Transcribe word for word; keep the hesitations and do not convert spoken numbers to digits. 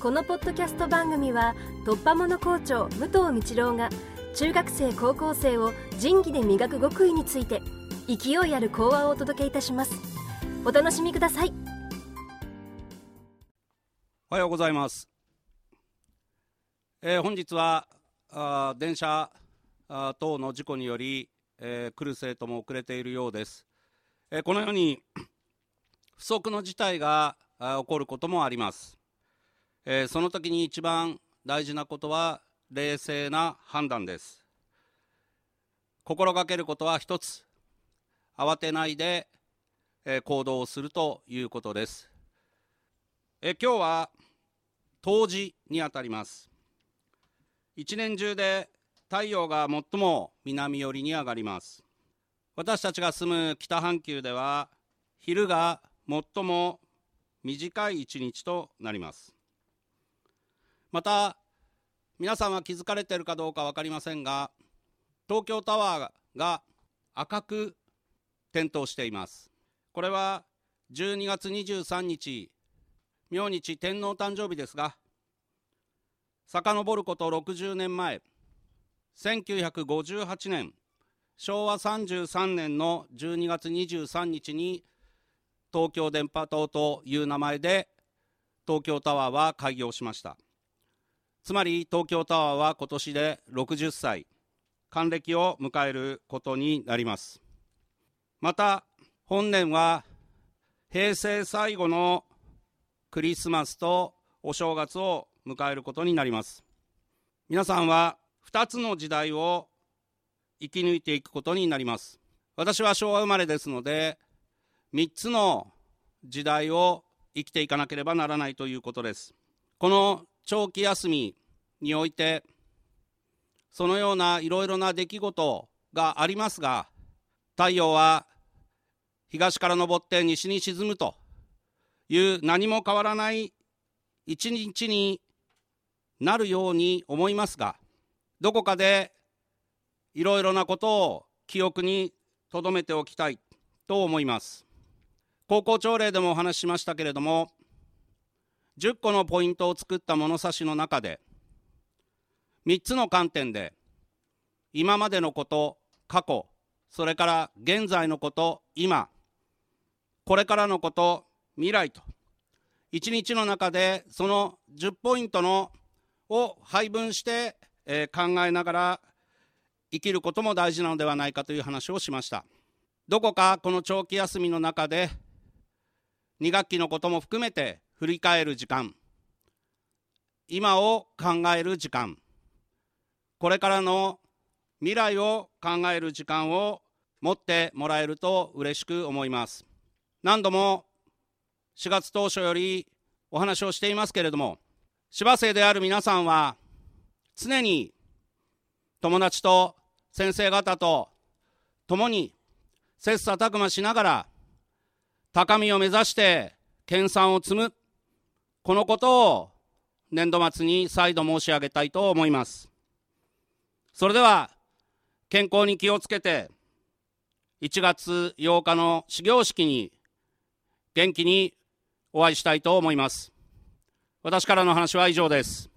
このポッドキャスト番組は突破者校長武藤道郎が中学生高校生を仁義で磨く極意について勢いある講話をお届けいたします。お楽しみください。 おはようございます。えー、本日はあ電車あ等の事故により、えー、来る生徒も遅れているようです。えー、このように不測の事態が起こることもあります。えー、その時に一番大事なことは冷静な判断です。心がけることは一つ、慌てないで、えー、行動をするということです。えー、今日は冬至にあたります。一年中で太陽が最も南寄りに上がります。私たちが住む北半球では昼が最も短い一日となります。また皆さんは気づかれているかどうか分かりませんが、東京タワーが赤く点灯しています。これはじゅうにがつにじゅうさんにち、明日天皇誕生日ですが、遡ることろくじゅうねんまえ、せんきゅうひゃくごじゅうはちねんしょうわさんじゅうさんねんのじゅうにがつにじゅうさんにちに東京電波塔という名前で東京タワーは開業しました。つまり東京タワーは今年でろくじゅっさい、還暦を迎えることになります。また本年は平成最後のクリスマスとお正月を迎えることになります。皆さんはふたつの時代を生き抜いていくことになります。私は昭和生まれですので、みっつの時代を生きていかなければならないということです。この長期休みにおいて、そのようないろいろな出来事がありますが、太陽は東から昇って西に沈むという何も変わらない一日になるように思いますが、どこかでいろいろなことを記憶に留めておきたいと思います。高校朝礼でもお話ししましたけれども、じゅっこのポイントを作った物差しの中でみっつの観点で、今までのこと、過去、それから現在のこと、今、これからのこと、未来といちにちの中でそのじゅっポイントのを配分して、えー、考えながら生きることも大事なのではないかという話をしました。どこかこの長期休みの中でにがっきのことも含めて振り返る時間、今を考える時間、これからの未来を考える時間を持ってもらえると嬉しく思います。何度もしがつ当初よりお話をしていますけれども、芝生である皆さんは常に友達と先生方と共に切磋琢磨しながら高みを目指して研鑽を積む、このことを年度末に再度申し上げたいと思います。それでは健康に気をつけていちがつようかの始業式に元気にお会いしたいと思います。私からの話は以上です。